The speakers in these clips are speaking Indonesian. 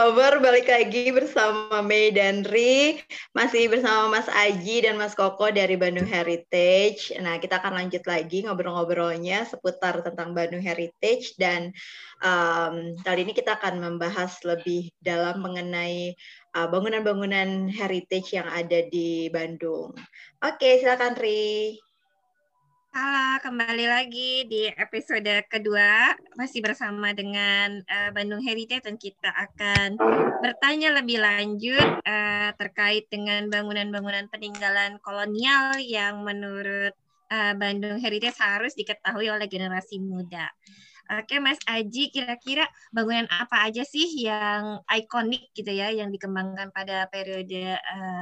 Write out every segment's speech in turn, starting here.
Lover, balik lagi bersama Mei dan Ri, masih bersama Mas Aji dan Mas Koko dari Bandung Heritage. Nah, kita akan lanjut lagi ngobrol-ngobrolnya seputar tentang Bandung Heritage dan kali ini kita akan membahas lebih dalam mengenai bangunan-bangunan heritage yang ada di Bandung. Oke, silakan Ri. Halo, kembali lagi di episode kedua, masih bersama dengan Bandung Heritage dan kita akan bertanya lebih lanjut terkait dengan bangunan-bangunan peninggalan kolonial yang menurut Bandung Heritage harus diketahui oleh generasi muda. Oke, Mas Aji, kira-kira bangunan apa aja sih yang ikonik gitu ya, yang dikembangkan pada periode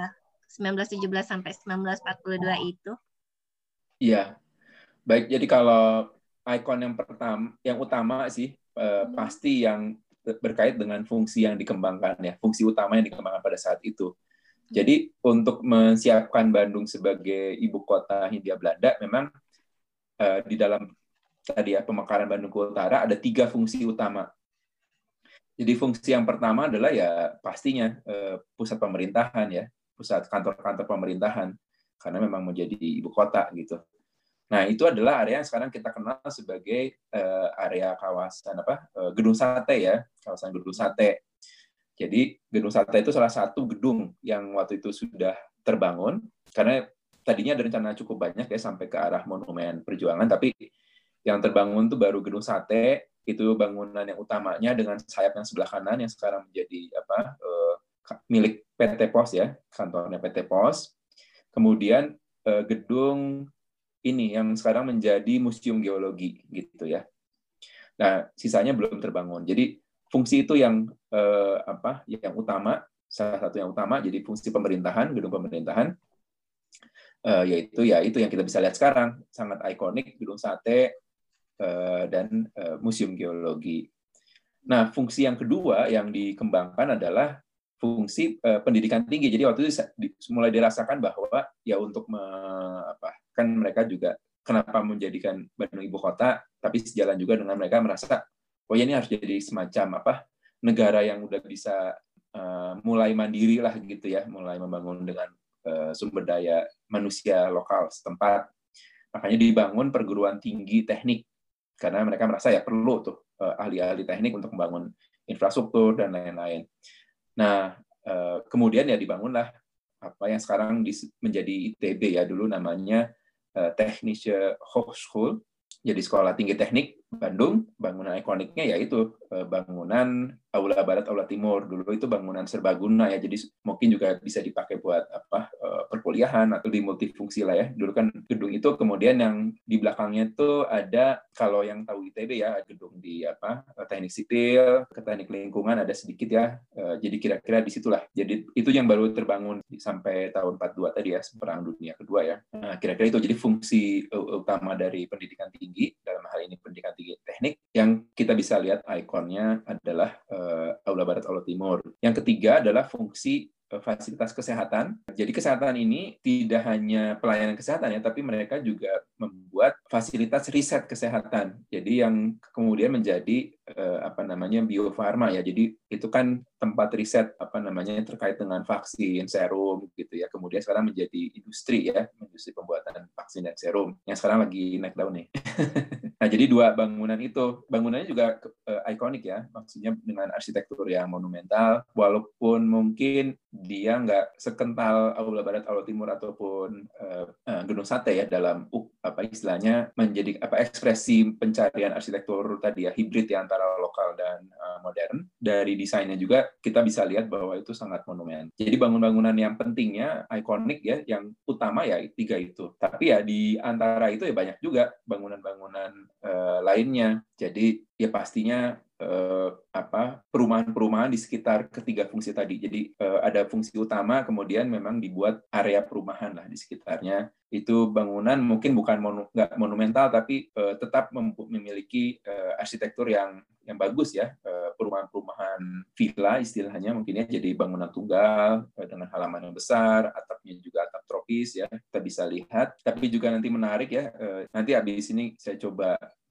1917 sampai 1942 itu? Iya. Baik, jadi kalau ikon yang utama sih pasti yang berkait dengan fungsi yang dikembangkan ya, fungsi utama yang dikembangkan pada saat itu. Jadi untuk menyiapkan Bandung sebagai ibu kota Hindia Belanda, memang di dalam tadi ya pemekaran Bandung ke utara ada 3 fungsi utama. Jadi fungsi yang pertama adalah ya pastinya pusat pemerintahan ya, pusat kantor-kantor pemerintahan, karena memang menjadi ibu kota gitu. Nah, itu adalah area yang sekarang kita kenal sebagai area kawasan Gedung Sate ya, kawasan Gedung Sate. Jadi Gedung Sate itu salah satu gedung yang waktu itu sudah terbangun karena tadinya ada rencana cukup banyak ya sampai ke arah Monumen Perjuangan, tapi yang terbangun itu baru Gedung Sate, itu bangunan yang utamanya dengan sayap yang sebelah kanan yang sekarang menjadi milik PT Pos ya, kantornya PT Pos. Kemudian gedung ini yang sekarang menjadi museum geologi gitu ya. Nah, sisanya belum terbangun. Jadi fungsi itu yang yang utama, salah satu yang utama jadi fungsi pemerintahan, gedung pemerintahan. Yaitu yang kita bisa lihat sekarang, sangat ikonik Gedung Sate dan museum geologi. Nah, fungsi yang kedua yang dikembangkan adalah fungsi pendidikan tinggi. Jadi waktu itu mulai dirasakan bahwa ya untuk kan mereka juga kenapa menjadikan Bandung ibu kota, tapi sejalan juga dengan mereka merasa oh ya ini harus jadi semacam negara yang udah bisa mulai mandiri lah gitu ya, mulai membangun dengan sumber daya manusia lokal setempat. Makanya dibangun perguruan tinggi teknik karena mereka merasa ya perlu tuh ahli-ahli teknik untuk membangun infrastruktur dan lain-lain. Nah, kemudian ya dibangunlah apa yang sekarang menjadi ITB ya, dulu namanya Technische Hochschule, jadi sekolah tinggi teknik Bandung. Bangunan ikoniknya yaitu bangunan Aula Barat Aula Timur. Dulu itu bangunan serbaguna ya, jadi mungkin juga bisa dipakai buat perkuliahan atau di multifungsi lah ya. Dulu kan gedung itu kemudian yang di belakangnya itu ada, kalau yang tahu ITB ya, gedung di teknik sipil, ke teknik lingkungan ada sedikit ya. Jadi kira-kira di situlah. Jadi itu yang baru terbangun sampai tahun 42 tadi ya, Perang Dunia Kedua ya. Nah, kira-kira itu jadi fungsi utama dari pendidikan tinggi, dalam hal ini pendidikan tinggi teknik, yang kita bisa lihat ikonnya adalah Aula Barat Aula Timur. Yang ketiga adalah fungsi fasilitas kesehatan. Jadi kesehatan ini tidak hanya pelayanan kesehatan ya, tapi mereka juga membuat fasilitas riset kesehatan. Jadi yang kemudian menjadi Bio Farma ya. Jadi itu kan tempat riset terkait dengan vaksin, serum gitu ya. Kemudian sekarang menjadi industri ya, industri pembuatan vaksin dan serum yang sekarang lagi naik daun nih. Nah, jadi 2 bangunan itu, bangunannya juga ikonik ya, maksudnya dengan arsitektur yang monumental, walaupun mungkin dia nggak sekental Aula Barat, Aula Timur ataupun Gedung Sate ya, dalam istilahnya menjadi ekspresi pencarian arsitektur tadi ya, hibrid ya antara lokal dan modern. Dari desainnya juga kita bisa lihat bahwa itu sangat monumen. Jadi bangunan-bangunan yang pentingnya ikonik ya, yang utama ya 3 itu. Tapi ya di antara itu ya banyak juga bangunan-bangunan lainnya. Jadi ya pastinya perumahan-perumahan di sekitar ketiga fungsi tadi. Jadi ada fungsi utama, kemudian memang dibuat area perumahan lah di sekitarnya. Itu bangunan mungkin bukan nggak monumental, tapi tetap memiliki arsitektur yang bagus ya. Perumahan-perumahan villa istilahnya mungkin ya, jadi bangunan tunggal dengan halaman yang besar, atapnya juga atap tropis ya, kita bisa lihat. Tapi juga nanti menarik ya, nanti habis ini saya coba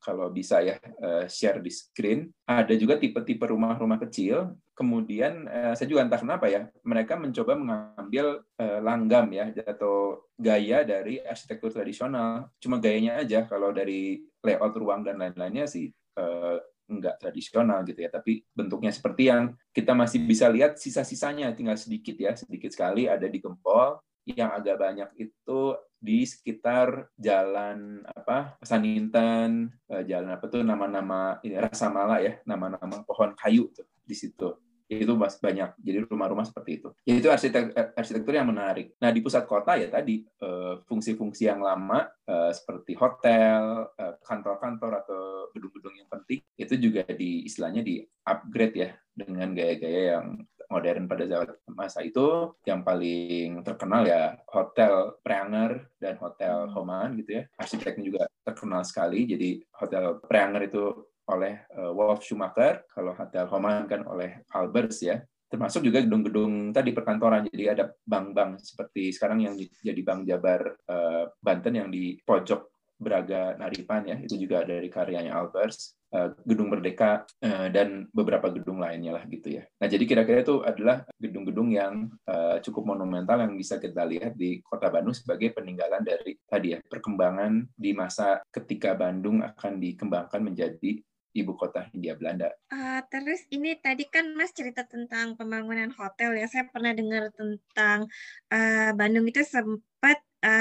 kalau bisa ya share di screen. Ada juga tipe-tipe rumah-rumah kecil. Kemudian saya juga entah kenapa ya, mereka mencoba mengambil langgam ya atau gaya dari arsitektur tradisional. Cuma gayanya aja, kalau dari layout ruang dan lain-lainnya sih enggak tradisional gitu ya, tapi bentuknya seperti yang kita masih bisa lihat sisa-sisanya, tinggal sedikit ya, sedikit sekali ada di Gempol. Yang agak banyak itu di sekitar jalan Saninten, jalan nama-nama ini Rasa Mala ya, nama-nama pohon kayu tuh di situ. Itu banyak, jadi rumah-rumah seperti itu. Ya, itu arsitektur yang menarik. Nah, di pusat kota ya tadi fungsi-fungsi yang lama seperti hotel, kantor-kantor atau gedung-gedung yang penting itu juga istilahnya di upgrade ya dengan gaya-gaya yang modern pada masa itu. Yang paling terkenal ya Hotel Preanger dan Hotel Homan gitu ya. Arsiteknya juga terkenal sekali. Jadi Hotel Preanger itu oleh Wolf Schumacher, kalau Hotel Homan kan oleh Albers ya. Termasuk juga gedung-gedung tadi perkantoran. Jadi ada bank-bank seperti sekarang yang jadi Bank Jabar Banten yang di pojok Braga Naripan ya, itu juga dari karyanya Albers. Gedung Merdeka dan beberapa gedung lainnya lah gitu ya. Nah, jadi kira-kira itu adalah gedung-gedung yang cukup monumental yang bisa kita lihat di Kota Bandung sebagai peninggalan dari tadi ya, perkembangan di masa ketika Bandung akan dikembangkan menjadi ibu kota Hindia Belanda. Terus ini tadi kan Mas cerita tentang pembangunan hotel ya. Saya pernah dengar tentang Bandung itu sempat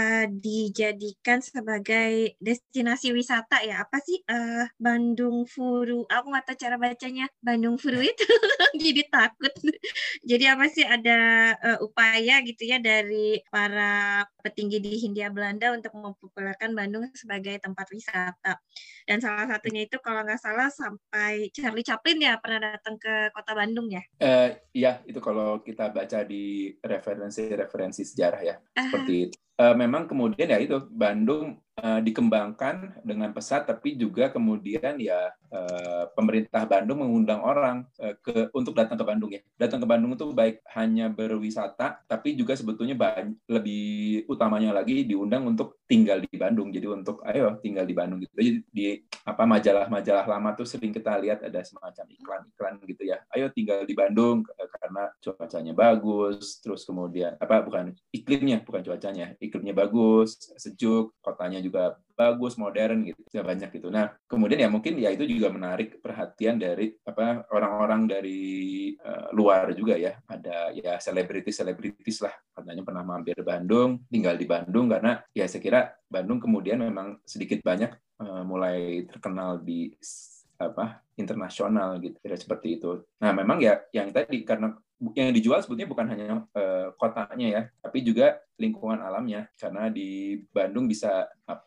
dijadikan sebagai destinasi wisata ya. Apa sih Bandung Furu? Aku nggak tahu cara bacanya. Bandung Furu itu jadi takut. Jadi apa sih ada upaya gitu ya dari para petinggi di Hindia Belanda untuk mempopulerkan Bandung sebagai tempat wisata. Dan salah satunya itu kalau nggak salah sampai Charlie Chaplin ya pernah datang ke kota Bandung ya? Iya, itu kalau kita baca di referensi sejarah ya, seperti itu. Memang kemudian ya itu Bandung dikembangkan dengan pesat, tapi juga kemudian ya pemerintah Bandung mengundang orang untuk datang ke Bandung ya. Datang ke Bandung itu baik hanya berwisata, tapi juga sebetulnya lebih utamanya lagi diundang untuk tinggal di Bandung. Jadi untuk ayo tinggal di Bandung gitu. Jadi di majalah-majalah lama tuh sering kita lihat ada semacam iklan-iklan gitu ya. Ayo tinggal di Bandung karena cuacanya bagus, terus kemudian bukan iklimnya, bukan cuacanya. Iklimnya bagus, sejuk, kotanya juga bagus, modern gitu, ya banyak gitu. Nah, kemudian ya mungkin ya itu juga menarik perhatian dari orang-orang dari luar juga ya. Ada ya selebritis lah katanya pernah mampir Bandung, tinggal di Bandung karena ya saya kira Bandung kemudian memang sedikit banyak mulai terkenal di internasional gitu, kira seperti itu. Nah, memang ya yang tadi karena yang dijual sebetulnya bukan hanya kotanya ya, tapi juga lingkungan alamnya. Karena di Bandung bisa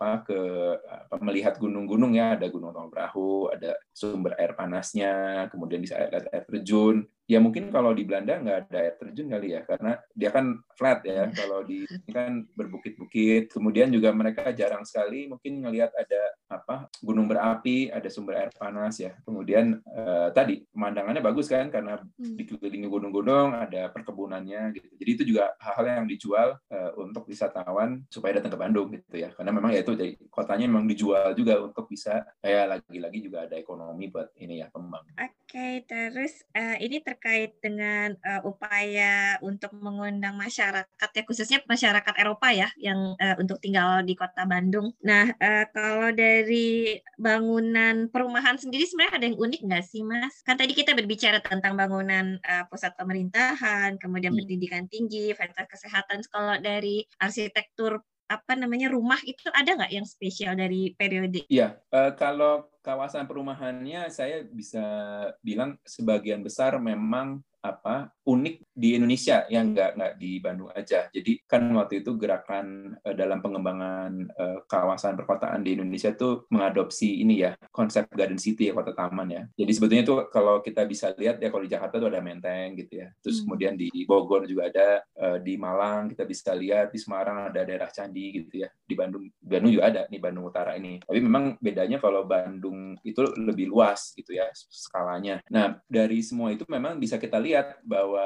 melihat gunung-gunung ya, ada Gunung Tongbrahu, ada sumber air panasnya, kemudian bisa lihat air terjun. Ya mungkin kalau di Belanda nggak ada air terjun kali ya, karena dia kan flat ya. Kalau di ini kan berbukit-bukit. Kemudian juga mereka jarang sekali mungkin ngelihat ada gunung berapi, ada sumber air panas ya. Kemudian tadi pemandangannya bagus kan karena dikelilingi gunung-gunung, ada perkebunannya gitu. Jadi itu juga hal-hal yang dijual untuk wisatawan supaya datang ke Bandung gitu ya. Karena memang ya itu jadi kotanya memang dijual juga untuk bisa lagi-lagi juga ada ekonomi buat ini ya pembangunan. Oke, terus ini terkait dengan upaya untuk mengundang masyarakat ya, khususnya masyarakat Eropa ya, yang untuk tinggal di kota Bandung. Nah, kalau dari bangunan perumahan sendiri sebenarnya ada yang unik nggak sih, Mas? Kan tadi kita berbicara tentang bangunan pusat pemerintahan, kemudian pendidikan tinggi, fasilitas kesehatan. Kalau dari arsitektur rumah itu ada nggak yang spesial dari periode? Iya, kalau kawasan perumahannya saya bisa bilang sebagian besar memang unik di Indonesia yang nggak di Bandung aja. Jadi kan waktu itu gerakan dalam pengembangan kawasan perkotaan di Indonesia itu mengadopsi ini ya konsep Garden City ya, kota taman ya. Jadi sebetulnya itu kalau kita bisa lihat ya kalau di Jakarta tuh ada Menteng gitu ya. Terus kemudian di Bogor juga ada, di Malang kita bisa lihat, di Semarang ada daerah candi gitu ya. Di Bandung juga ada nih Bandung Utara ini. Tapi memang bedanya kalau Bandung itu lebih luas gitu ya skalanya. Nah dari semua itu memang bisa kita lihat bahwa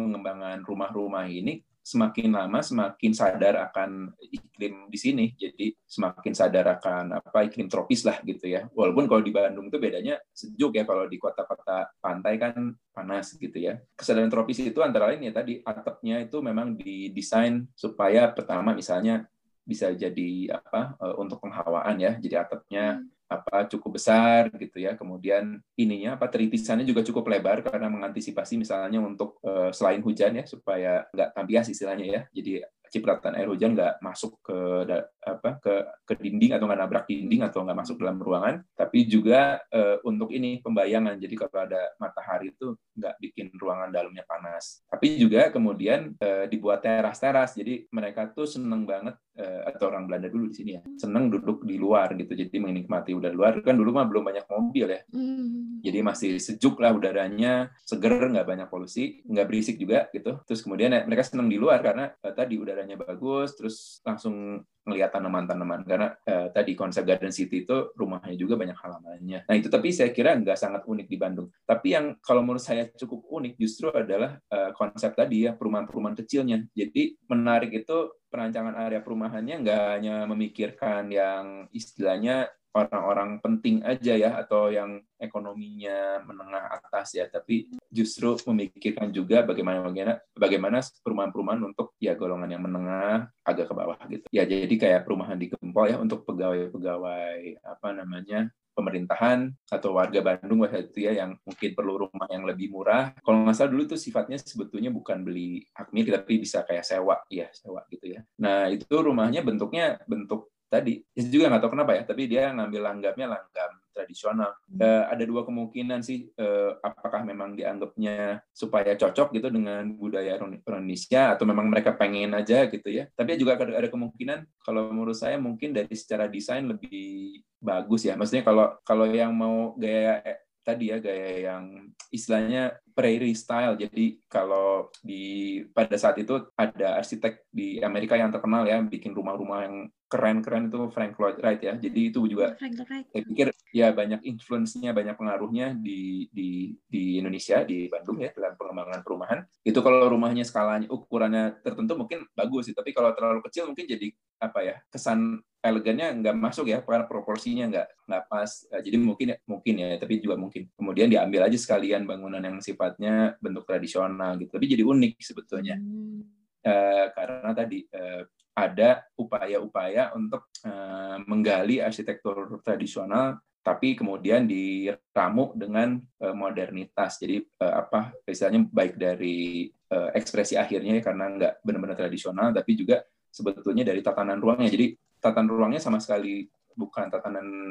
pengembangan rumah-rumah ini semakin lama semakin sadar akan iklim di sini. Jadi semakin sadar akan iklim tropis lah gitu ya. Walaupun kalau di Bandung itu bedanya sejuk ya, kalau di kota-kota pantai kan panas gitu ya. Kesadaran tropis itu antara lain ya tadi atapnya itu memang didesain supaya pertama misalnya bisa jadi untuk penghawaan ya. Jadi atapnya cukup besar gitu ya. Kemudian teritisannya juga cukup lebar karena mengantisipasi misalnya untuk selain hujan ya, supaya nggak tampias istilahnya ya. Jadi cipratan air hujan nggak masuk ke dinding atau nggak nabrak dinding atau nggak masuk dalam ruangan. Tapi juga untuk pembayangan. Jadi kalau ada matahari itu nggak bikin ruangan dalamnya panas. Tapi juga kemudian dibuat teras-teras. Jadi mereka tuh seneng banget, atau orang Belanda dulu di sini ya, seneng duduk di luar gitu. Jadi menikmati udara luar. Kan dulu mah belum banyak mobil ya. Jadi masih sejuk lah udaranya, seger, nggak banyak polusi, nggak berisik juga gitu. Terus kemudian mereka seneng di luar karena tadi udaranya bagus, terus langsung ngelihat tanaman-tanaman. Karena tadi konsep Garden City itu rumahnya juga banyak halamannya. Nah itu tapi saya kira nggak sangat unik di Bandung. Tapi yang kalau menurut saya cukup unik justru adalah konsep tadi ya, perumahan-perumahan kecilnya. Jadi menarik itu perancangan area perumahannya nggak hanya memikirkan yang istilahnya orang-orang penting aja ya, atau yang ekonominya menengah atas ya, tapi justru memikirkan juga bagaimana perumahan-perumahan untuk ya golongan yang menengah agak ke bawah gitu. Ya jadi kayak perumahan di Gempol ya untuk pegawai-pegawai pemerintahan atau warga Bandung itu ya, yang mungkin perlu rumah yang lebih murah. Kalau nggak salah dulu itu sifatnya sebetulnya bukan beli hak milik, tapi bisa kayak sewa gitu ya. Nah itu rumahnya bentuk tadi, saya juga nggak tahu kenapa ya, tapi dia ngambil langgam tradisional. Ada dua kemungkinan sih, apakah memang dianggapnya supaya cocok gitu dengan budaya Indonesia, atau memang mereka pengen aja gitu ya. Tapi juga ada kemungkinan, kalau menurut saya mungkin dari secara desain lebih bagus ya. Maksudnya kalau yang mau gaya yang istilahnya prairie style. Jadi kalau pada saat itu ada arsitek di Amerika yang terkenal ya, bikin rumah-rumah yang keren-keren itu Frank Lloyd Wright ya. Jadi itu juga saya pikir ya banyak influence-nya, banyak pengaruhnya di Indonesia, di Bandung ya, dalam pengembangan perumahan. Itu kalau rumahnya skalanya, ukurannya tertentu mungkin bagus sih, tapi kalau terlalu kecil mungkin jadi kesan elegannya nggak masuk ya, karena proporsinya nggak pas. Jadi mungkin ya, tapi juga mungkin kemudian diambil aja sekalian bangunan yang sifatnya bentuk tradisional gitu. Tapi jadi unik sebetulnya. Karena tadi ada upaya-upaya untuk menggali arsitektur tradisional, tapi kemudian diramu dengan modernitas. Jadi misalnya baik dari ekspresi akhirnya karena nggak benar-benar tradisional, tapi juga sebetulnya dari tatanan ruangnya. Jadi tatanan ruangnya sama sekali bukan tatanan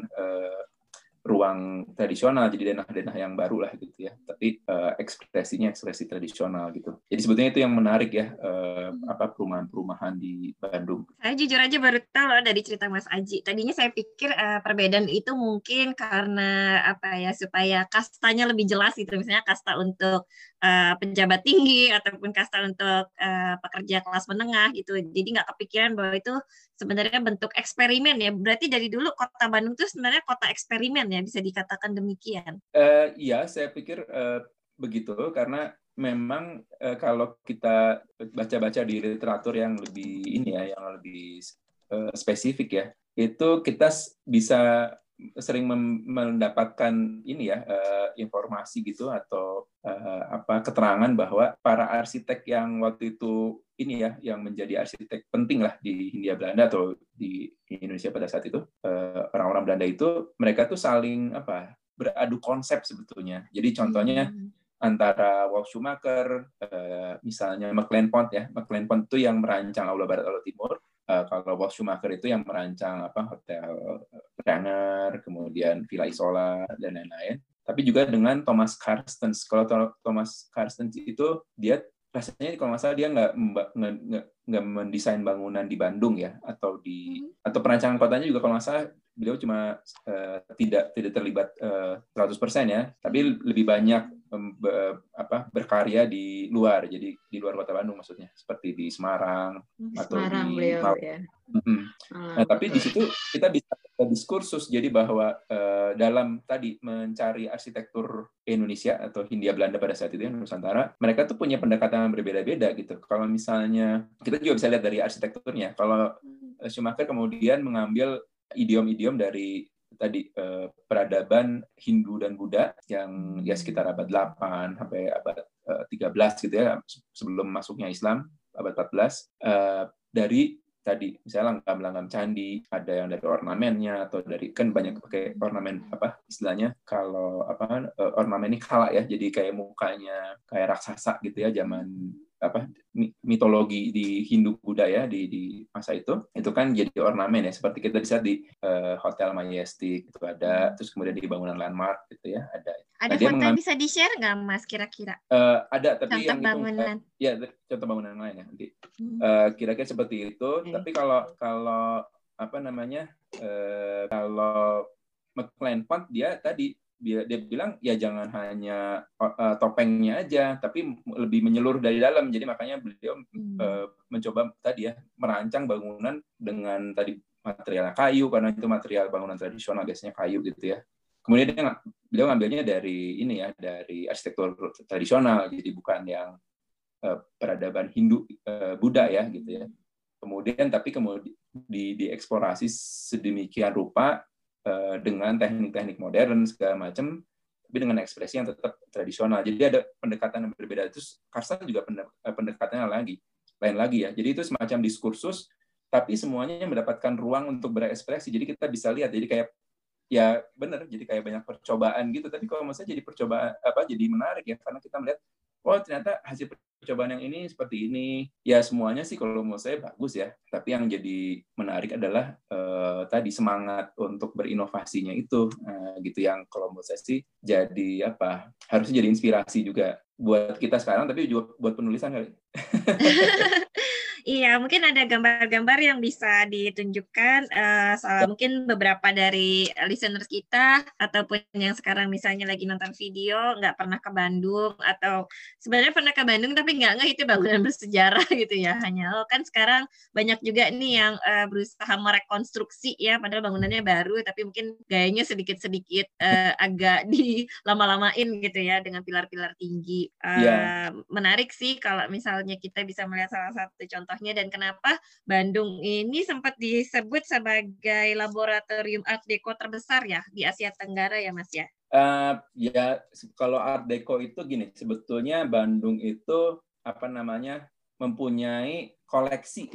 ruang tradisional, jadi denah-denah yang baru lah gitu ya, tapi ekspresi tradisional gitu. Jadi sebetulnya itu yang menarik ya, perumahan-perumahan di Bandung. Saya jujur aja baru tahu loh dari cerita Mas Aji. Tadinya saya pikir perbedaan itu mungkin karena supaya kastanya lebih jelas gitu, misalnya kasta untuk pejabat tinggi ataupun kasta untuk pekerja kelas menengah gitu. Jadi nggak kepikiran bahwa itu sebenarnya bentuk eksperimen ya. Berarti dari dulu kota Bandung itu sebenarnya kota eksperimen ya, bisa dikatakan demikian. Iya, saya pikir begitu, karena memang kalau kita baca-baca di literatur yang lebih spesifik ya, itu kita bisa sering mendapatkan informasi gitu, atau keterangan bahwa para arsitek yang waktu itu yang menjadi arsitek penting lah di Hindia Belanda atau di Indonesia pada saat itu, orang-orang Belanda itu mereka tuh saling beradu konsep sebetulnya. Jadi contohnya antara Wolf Schumacher, misalnya McLean-Pont ya. McLean-Pont itu yang merancang Aula Barat Aula Timur. Kalau Wolf Schumacher itu yang merancang Hotel Pranger, kemudian Villa Isola dan lain-lain. Tapi juga dengan Thomas Carstens. Kalau Thomas Carstens itu dia rasanya kalau nggak salah dia nggak mendesain bangunan di Bandung ya, atau perancangan kotanya juga kalau nggak salah beliau cuma tidak terlibat 100% ya, tapi lebih banyak berkarya di luar, jadi di luar kota Bandung maksudnya, seperti di Semarang atau di beliau ya. Nah, tapi di situ kita bisa diskursus, jadi bahwa dalam tadi mencari arsitektur Indonesia atau Hindia Belanda pada saat itu Nusantara, mereka tuh punya pendekatan yang berbeda-beda gitu. Kalau misalnya kita juga bisa lihat dari arsitekturnya, kalau Schumacher kemudian mengambil idiom-idiom dari tadi peradaban Hindu dan Buddha yang ya sekitar abad 8 sampai abad 13 gitu ya, sebelum masuknya Islam abad 14, dari tadi misalnya langgam-langgam candi, ada yang dari ornamennya atau dari, kan banyak pakai ornamen apa istilahnya, kalau apa ornamen ini kala ya, jadi kayak mukanya kayak raksasa gitu ya, zaman apa mitologi di Hindu Buddha ya di masa itu kan jadi ornamen ya, seperti kita bisa di Hotel Majestic itu ada, terus kemudian di bangunan landmark gitu ya ada. Ada foto yang bisa di-share nggak, Mas, kira-kira? Ada, tapi contoh yang bangunan. Ya, contoh bangunan lain ya nanti. Kira-kira seperti itu. Tapi kalau apa namanya, kalau McLean Font dia tadi dia bilang ya jangan hanya topengnya aja, tapi lebih menyeluruh dari dalam. Jadi makanya beliau mencoba tadi ya merancang bangunan dengan tadi material kayu, karena itu material bangunan tradisional biasanya kayu gitu ya. Kemudian beliau ngambilnya dari ini ya, dari arsitektur tradisional, jadi bukan yang peradaban Hindu Buddha ya gitu ya. Kemudian dieksplorasi sedemikian rupa dengan teknik-teknik modern segala macam, tapi dengan ekspresi yang tetap tradisional. Jadi ada pendekatan yang berbeda. Terus Karsan juga pendekatannya lain lagi ya. Jadi itu semacam diskursus, tapi semuanya mendapatkan ruang untuk berekspresi. Jadi kita bisa lihat, jadi kayak ya benar, jadi kayak banyak percobaan gitu. Tapi kalau maksudnya jadi percobaan jadi menarik ya, karena kita melihat oh ternyata hasil percobaan yang ini seperti ini. Ya semuanya sih kalau menurut saya bagus ya. Tapi yang jadi menarik adalah tadi semangat untuk berinovasinya itu gitu, yang kalau menurut saya sih jadi apa, harusnya jadi inspirasi juga buat kita sekarang, tapi juga buat penulisan kali. Iya, mungkin ada gambar-gambar yang bisa ditunjukkan soal mungkin beberapa dari listeners kita ataupun yang sekarang misalnya lagi nonton video nggak pernah ke Bandung, atau sebenarnya pernah ke Bandung tapi nggak itu bangunan bersejarah gitu ya. Hanya kan sekarang banyak juga nih yang berusaha merekonstruksi ya, padahal bangunannya baru tapi mungkin gayanya sedikit-sedikit agak dilama-lamain gitu ya dengan pilar-pilar tinggi. Menarik sih kalau misalnya kita bisa melihat salah satu contoh. Dan kenapa Bandung ini sempat disebut sebagai laboratorium Art Deco terbesar ya di Asia Tenggara ya, Mas ya? Ya, kalau Art Deco itu gini, sebetulnya Bandung itu apa namanya mempunyai koleksi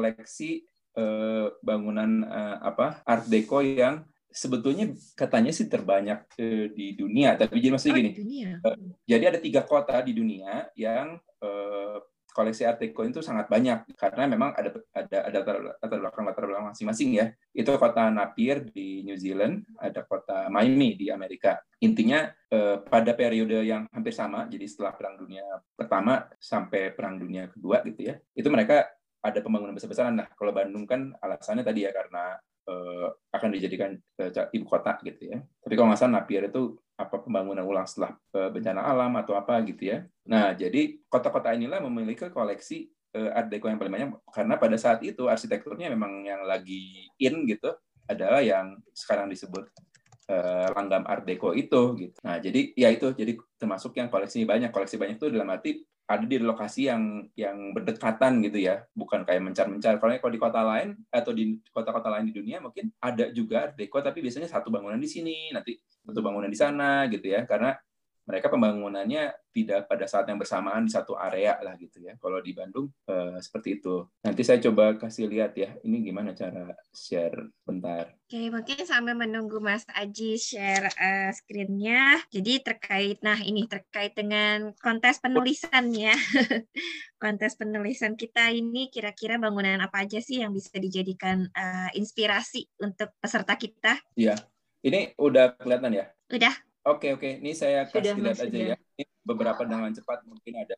bangunan Art Deco yang sebetulnya katanya sih terbanyak di dunia. Tapi jadi maksudnya gini, jadi ada 3 kota di dunia yang koleksi Art Deco itu sangat banyak, karena memang ada latar belakang masing-masing ya. Itu kota Napier di New Zealand, ada kota Miami di Amerika. Intinya pada periode yang hampir sama, jadi setelah Perang Dunia Pertama sampai Perang Dunia Kedua gitu ya, itu mereka ada pembangunan besar-besaran. Nah, kalau Bandung kan alasannya tadi ya karena akan dijadikan ibu kota gitu ya. Tapi kalau nggak salah Napier itu pembangunan ulang setelah bencana alam atau apa gitu ya. Nah, jadi kota-kota inilah memiliki koleksi Art Deco yang paling banyak, karena pada saat itu arsitekturnya memang yang lagi in gitu adalah yang sekarang disebut langgam Art Deco itu gitu. Nah, jadi ya itu jadi termasuk yang koleksi banyak itu dalam arti ada di lokasi yang berdekatan gitu ya, bukan kayak mencar-mencar. Kalau di kota lain atau di kota-kota lain di dunia mungkin ada juga Art Deco, tapi biasanya satu bangunan di sini, nanti satu bangunan di sana gitu ya, karena mereka pembangunannya tidak pada saat yang bersamaan di satu area lah gitu ya. Kalau di Bandung seperti itu. Nanti saya coba kasih lihat ya, ini gimana cara share bentar. Oke, mungkin sambil menunggu Mas Aji share screen-nya. Jadi terkait dengan kontes penulisan ya. Kontes penulisan kita ini kira-kira bangunan apa aja sih yang bisa dijadikan inspirasi untuk peserta kita? Iya. Ini udah kelihatan ya? Udah. Oke. Ini saya kasih lihat aja ya. Ini beberapa dengan cepat, mungkin ada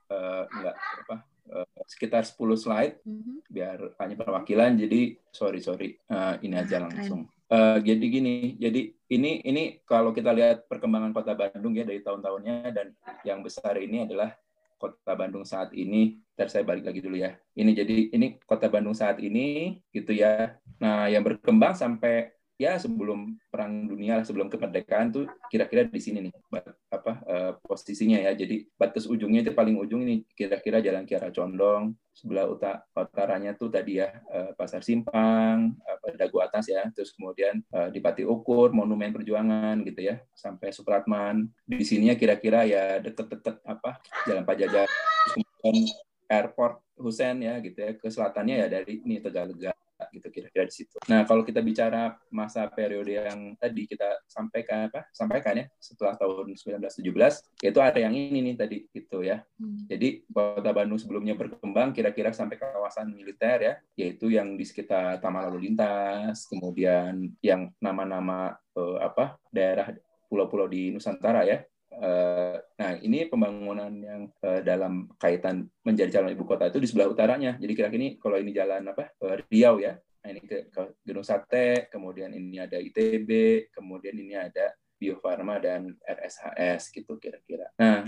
sekitar 10 slide biar hanya perwakilan. Jadi sorry ini aja langsung. Jadi gini, jadi ini kalau kita lihat perkembangan Kota Bandung ya dari tahun-tahunnya, dan yang besar ini adalah Kota Bandung saat ini. Ntar saya balik lagi dulu ya. Ini Kota Bandung saat ini gitu ya. Nah, yang berkembang sampai ya sebelum Perang Dunia, sebelum kemerdekaan tuh kira-kira di sini nih posisinya ya. Jadi batas ujungnya itu paling ujung ini kira-kira Jalan Kiara Condong, sebelah utaranya tuh tadi ya Pasar Simpang, Dago Atas ya, terus kemudian di Pati Ukur, Monumen Perjuangan gitu ya, sampai Supratman. Di sininya kira-kira ya deket-deket Jalan Pajajaran, kemudian Airport Hussein ya gitu ya, ke selatannya ya dari ini Tegalega gitu kira-kira di situ. Nah, kalau kita bicara masa periode yang tadi kita sampaikan ya setelah tahun 1917, yaitu ada yang ini nih tadi gitu ya. Jadi Kota Bandung sebelumnya berkembang kira-kira sampai kawasan militer ya, yaitu yang di sekitar Taman Lalu Lintas, kemudian yang nama-nama daerah pulau-pulau di Nusantara ya. Nah, ini pembangunan yang dalam kaitan menjadi calon ibu kota itu di sebelah utaranya. Jadi kira-kira ini kalau ini jalan Riau ya. Nah, ini ke Gedung Sate, kemudian ini ada ITB, kemudian ini ada Bio Farma dan RSHS gitu kira-kira. Nah,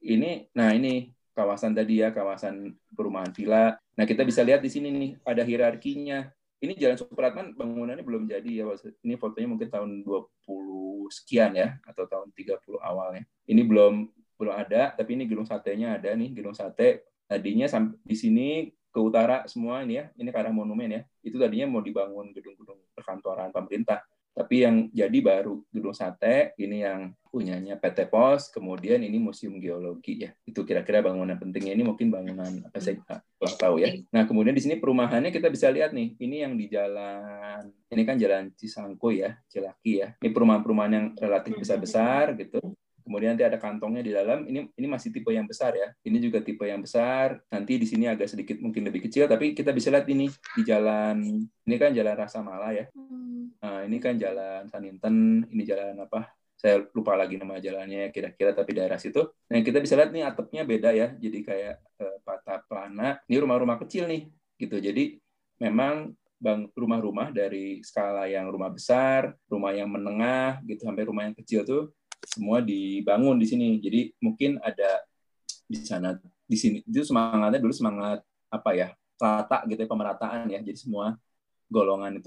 ini kawasan tadi ya, kawasan perumahan villa. Nah, kita bisa lihat di sini nih ada hierarkinya. Ini Jalan Supratman bangunannya belum jadi ya. Ini fotonya mungkin tahun 20 sekian ya, atau tahun 30 awalnya. Ini belum ada, tapi ini Gedung Satenya ada nih, Gedung Sate. Tadinya di sini ke utara semua ini ya, ini ke arah monumen ya. Itu tadinya mau dibangun gedung-gedung perkantoran pemerintah. Tapi yang jadi baru Gedung Sate, ini yang punyanya PT Pos, kemudian ini Museum Geologi ya. Itu kira-kira bangunan pentingnya, ini mungkin bangunan apa saya kurang tahu ya. Nah, kemudian di sini perumahannya kita bisa lihat nih, ini yang di ini kan Jalan Cisangkuy ya, Cilaki ya. Ini perumahan-perumahan yang relatif besar-besar gitu. Kemudian nanti ada kantongnya di dalam. Ini masih tipe yang besar ya. Ini juga tipe yang besar. Nanti di sini agak sedikit mungkin lebih kecil, tapi kita bisa lihat ini di jalan. Ini kan Jalan Rasa Mala ya. Nah, ini kan Jalan Saninten. Ini jalan apa? Saya lupa lagi nama jalannya kira-kira, tapi daerah situ. Nah, kita bisa lihat nih atapnya beda ya. Jadi kayak patah pelana. Ini rumah-rumah kecil nih, gitu. Jadi memang rumah-rumah dari skala yang rumah besar, rumah yang menengah, gitu sampai rumah yang kecil tuh semua dibangun di sini. Jadi mungkin ada di sini itu semangatnya dulu semangat rata gitu ya, pemerataan ya. Jadi semua golongan itu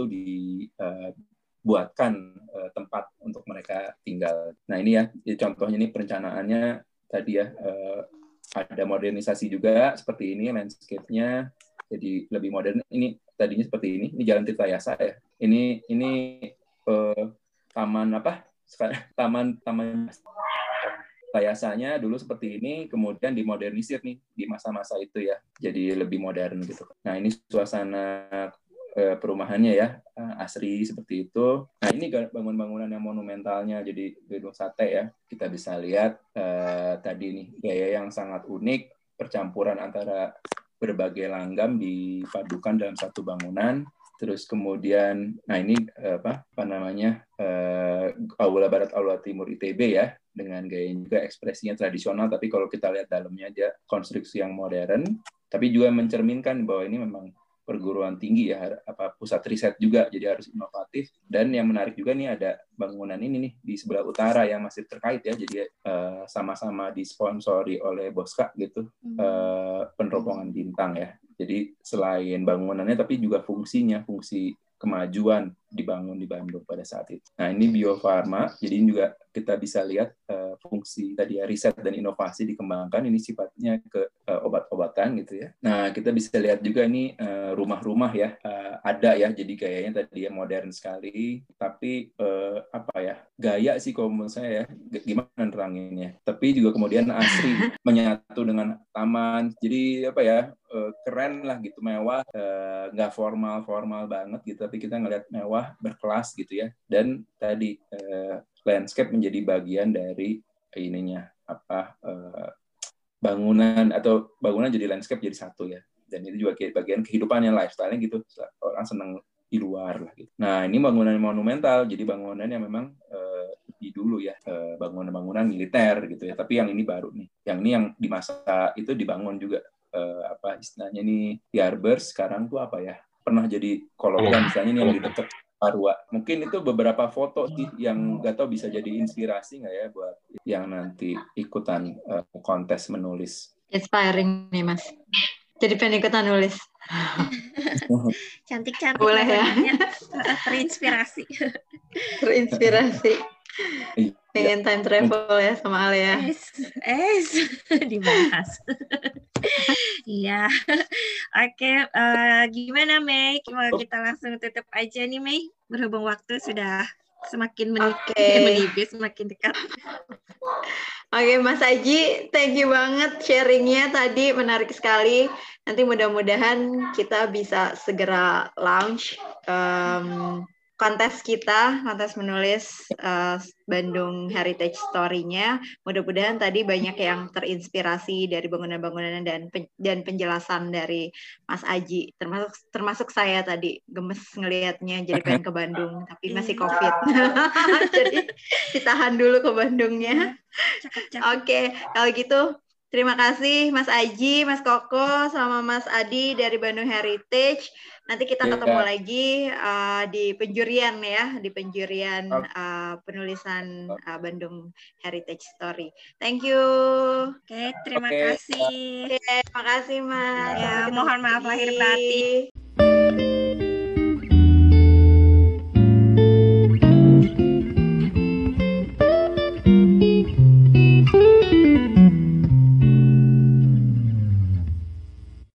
dibuatkan tempat untuk mereka tinggal. Nah, ini ya contohnya, ini perencanaannya tadi ya, ada modernisasi juga seperti ini landscape-nya. Jadi lebih modern. Ini tadinya seperti ini. Ini Jalan Tirtayasa ya. Ini taman Taman Tayasanya dulu seperti ini, kemudian dimodernisir nih di masa-masa itu ya, jadi lebih modern gitu. Nah, ini suasana perumahannya ya, asri seperti itu. Nah, ini bangunan-bangunan yang monumentalnya, jadi Gedung Sate ya, kita bisa lihat tadi nih gaya yang sangat unik, percampuran antara berbagai langgam dipadukan dalam satu bangunan. Terus kemudian, nah ini Aula Barat Aula Timur ITB ya, dengan gaya juga ekspresinya tradisional, tapi kalau kita lihat dalamnya dia konstruksi yang modern, tapi juga mencerminkan bahwa ini memang perguruan tinggi ya, pusat riset juga, jadi harus inovatif. Dan yang menarik juga nih ada bangunan ini nih di sebelah utara yang masih terkait ya, jadi sama-sama disponsori oleh Boska gitu, peneropongan bintang ya. Jadi selain bangunannya tapi juga fungsi kemajuan dibangun di Bandung pada saat itu. Nah, ini Bio Farma, jadi ini juga kita bisa lihat fungsi tadi ya, riset dan inovasi dikembangkan, ini sifatnya ke obat-obatan gitu ya. Nah, kita bisa lihat juga ini rumah-rumah ya, ada ya, jadi gayanya tadi ya modern sekali, tapi gaya sih kalau menurut saya ya, gimana neranginnya. Tapi juga kemudian asri, menyatu dengan taman, jadi keren lah gitu, mewah, nggak formal banget gitu, tapi kita ngelihat mewah, berkelas gitu ya. Dan tadi landscape menjadi bagian dari ininya bangunan jadi landscape jadi satu ya. Dan itu juga bagian kehidupannya, lifestyle-nya gitu, orang seneng di luar lah gitu. Nah, ini bangunan monumental, jadi bangunan yang memang lebih dulu ya, bangunan-bangunan militer gitu ya. Tapi yang ini baru nih, yang ini yang di masa itu dibangun juga istilahnya nih di Arbor sekarang tuh pernah jadi kolokan, misalnya ini yang di dekat Parua. Mungkin itu beberapa foto sih yang nggak tahu bisa jadi inspirasi nggak ya buat yang nanti ikutan kontes menulis. Inspiring nih Mas. Jadi pengen ikutan nulis. Cantik-cantik Boleh ya. namanya. Terinspirasi. Terinspirasi. Iya. Pengen time travel ya sama Alea. Dibahas. Iya. Oke, gimana Mei? Kita langsung tutup aja nih Mei. Berhubung waktu sudah semakin menipis, semakin dekat. Oke, Mas Aji, thank you banget sharingnya tadi, menarik sekali. Nanti mudah-mudahan kita bisa segera launch kontes menulis Bandung Heritage Story-nya. Mudah-mudahan tadi banyak yang terinspirasi dari bangunan-bangunan dan penjelasan dari Mas Aji. Termasuk saya tadi gemes ngelihatnya, jadi pengen ke Bandung, tapi masih COVID. Jadi ditahan dulu ke Bandungnya. Oke, kalau gitu terima kasih Mas Aji, Mas Koko, sama Mas Adi dari Bandung Heritage. Nanti kita ketemu lagi di penjurian ya, di penjurian penulisan Bandung Heritage Story. Thank you. Oke, terima kasih. Oke, terima kasih Mas. Ya, mohon maaf lahir batin.